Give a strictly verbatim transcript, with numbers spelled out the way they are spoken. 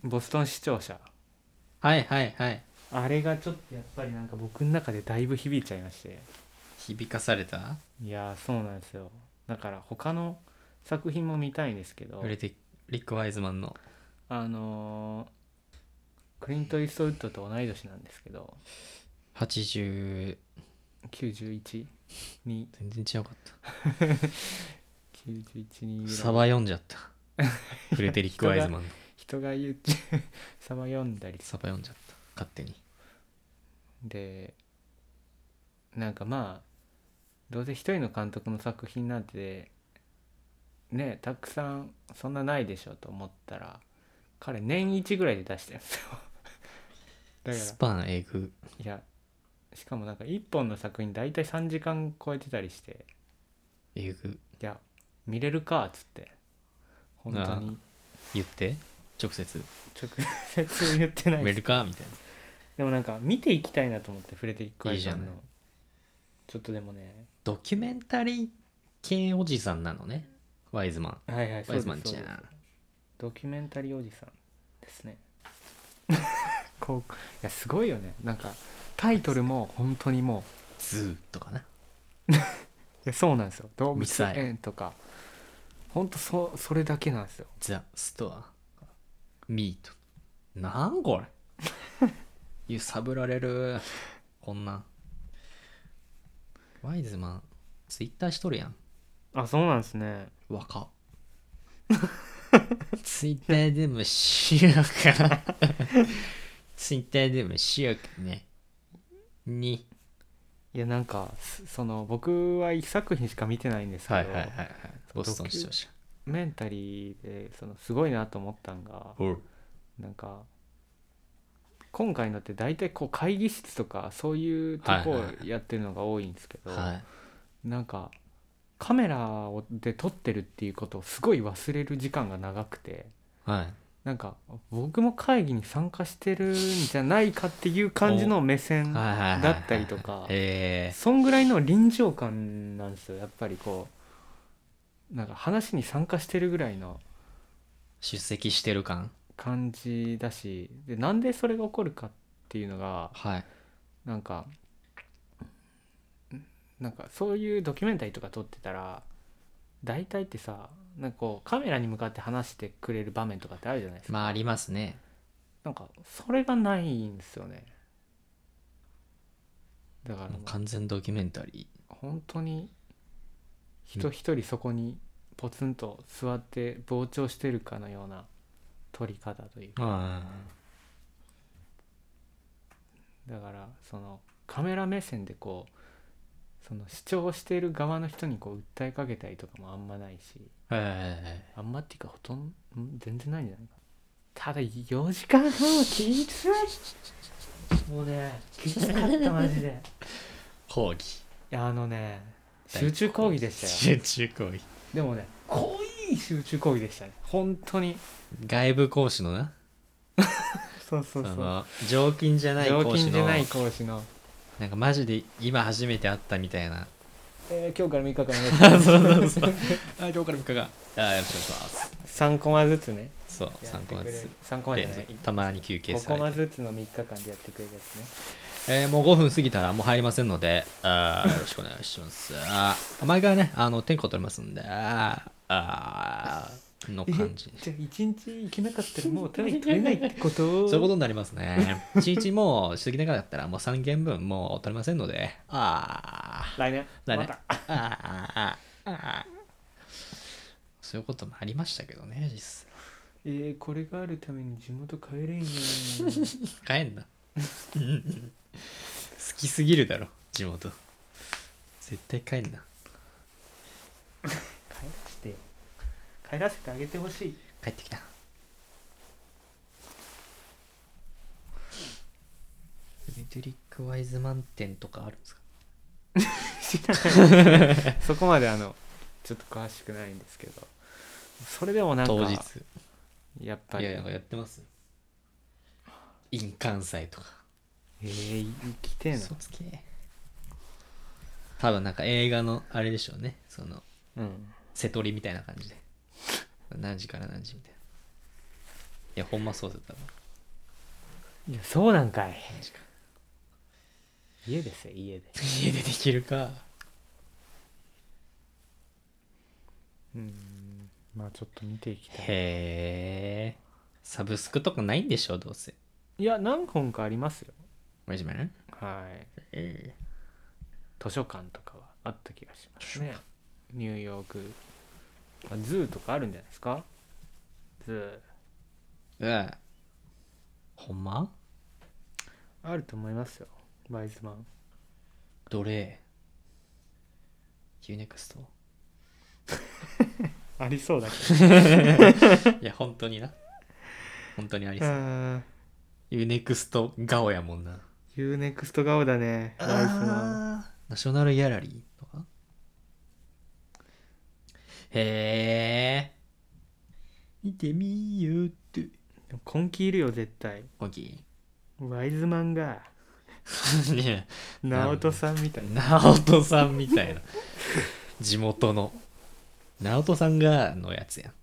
ボストン視聴者、 はいはいはい。 あれがちょっとやっぱりなんか僕の中でだいぶ響いちゃいまして。 響かされた。 いやーそうなんですよ。だから他の作品も見たいんですけど、 フレデリック・ワイズマンのあのークリント・イーストウッドと同い年なんですけど、 はちじゅう、 きゅうじゅういちに全然違うかっきゅうじゅういちにた。 ぐらいサバ読んじゃった。フレデリック・ワイズマンの人が言うサバ読んだりサバ読んじゃった。勝手に。 で、なんかまあどうせ一人の監督の作品なんてねたくさんそんなないでしょと思ったら、彼年一ぐらいで出してるんですよだからスパンエグ。 いや、しかもなんかいっぽんの作品大体さんじかん超えてたりして、 エグ。 いや見れるかっつって、本当あに言って直接直接言ってない売れです。 るかみたいな。 でもなんか見ていきたいなと思って、フレデリック・ワイさんのいいじゃない。 ちょっとでもね。 ドキュメンタリー系おじさんなのね、ワイズマン。 はいはい、そワイズうですそうです。 マンちゃん。 ドキュメンタリーおじさんですねこういやすごいよね。なんかタイトルも本当にもズーとかな。 ういやそうなんですよ、動物ミサイル園とか本当そそれだけなんですよ。 ザ・ストアミート。なんこれ揺さぶられる。こんなワイズマンツイッターしとるやん。 あ、そうなんですね。 若っ。ツイッターでもしようかな。ツイッターでもしようかね。に。 いやなんかその僕はいっさく品しか見てないんですけど、 はいはいはいはい。ボストン視聴者。 メンタリーでそのすごいなと思ったんが、 おう。 なんか今回のって大体こう会議室とかそういうとこをやってるのが多いんですけど、 はい。 なんかカメラをで撮ってるっていうことをすごい忘れる時間が長くて、 はい。 なんか僕も会議に参加してるんじゃないかっていう感じの目線はいはいはいはいだったりとか、 へえ。 そんぐらいの臨場感なんですよ。やっぱりこうなんか話に参加してるぐらいの出席してる感。 感じだし、でなんでそれが起こるかっていうのが、 はい。 なんかなんかそういうドキュメンタリーとか撮ってたら大体ってさ、なんかこうカメラに向かって話してくれる場面とかってあるじゃないですか。 まあありますね。 なんかそれがないんですよね。だからもうもう完全ドキュメンタリ本当に人一人そこにポツンと座って膨張してるかのような撮り方というー。 か、 あだからそのカメラ目線でこうその視聴している側の人にこう訴えかけたりとかもあんまないし、 あ。はいはいはいはい。 あんまっていうかほとんど全然ないんじゃないか。ただよじかんはんはきつい。もうねきつかったマジで。 講義。 いやあのね集中講義でしたよ。 集中講義。 でもね濃い集中講義でしたね本当に。 外部講師のな。 そうそうそう、 その常勤じゃない常講師の勤じゃない講師の、 なんかマジで今初めて会ったみたいな。 えー、今日からみっかかんお願いしますそうそうそう。あ、今日からみっかかん。あ、よろしくお願いします。 さんコマずつねそう、 や 3 ってくれる。 コマずつ。 さんコマじゃないで、たまに休憩ごされて。 コマずつのみっかかんでやってくれるやつね。 えー、もうごふん過ぎたらもう入りませんので、あーよろしくお願いします。あー毎回ね、あの、天候取りますんで、あーあーの感じ。 じゃあいちにち行けなかったらもう単位取れないってことそういうことになりますね。いちにちもう過ぎなかったらもうさんけんぶんもう取れませんので、あー。 来年来年またあーあーあーそういうこともありましたけどね、実際。 えー、これがあるために地元帰れんよ帰んな。好きすぎるだろ、地元。絶対帰んな。 帰らせてよ、帰らせてあげてほしい。 帰ってきた。フレデリック・ワイズマン店とかあるんですか？ そこまであのちょっと詳しくないんですけど、それでもなんか当日。 やっぱりいや、なんかやってます。印鑑祭とか。 えー、行きてえな。 嘘つけ。多分なんか映画のあれでしょうね。その、 うん、 瀬取りみたいな感じで。何時から何時みたいやほんまそうだったいやそうなんかい。 マジか。 家ですよ家で。 家でできるか。 うんまあちょっと見ていきたい。 へえ。サブスクとかないんでしょどうせ。 いや何本かありますよ。 マジめ。 はいえ図書館とかはあった気がしますね。ニューヨーク、まあ、ズーとかあるんじゃないですか。ズえ。うわ。ほんま？ ーあると思いますよ。ワイズマン。 どれ？ユーネクスト？ ありそうだけいや本当にな。本当にありど。 そう。 あユーネクスト顔やもんな。 ユーネクスト顔だね。ワイズマン。 あーナショナルギャラリーとか。へえ。見てみようって。 でも根気いるよ絶対。 コキ。 ワイズマンがいや、 直人さんみたいな。 直人さんみたいな。地元の。直人さんがのやつやん。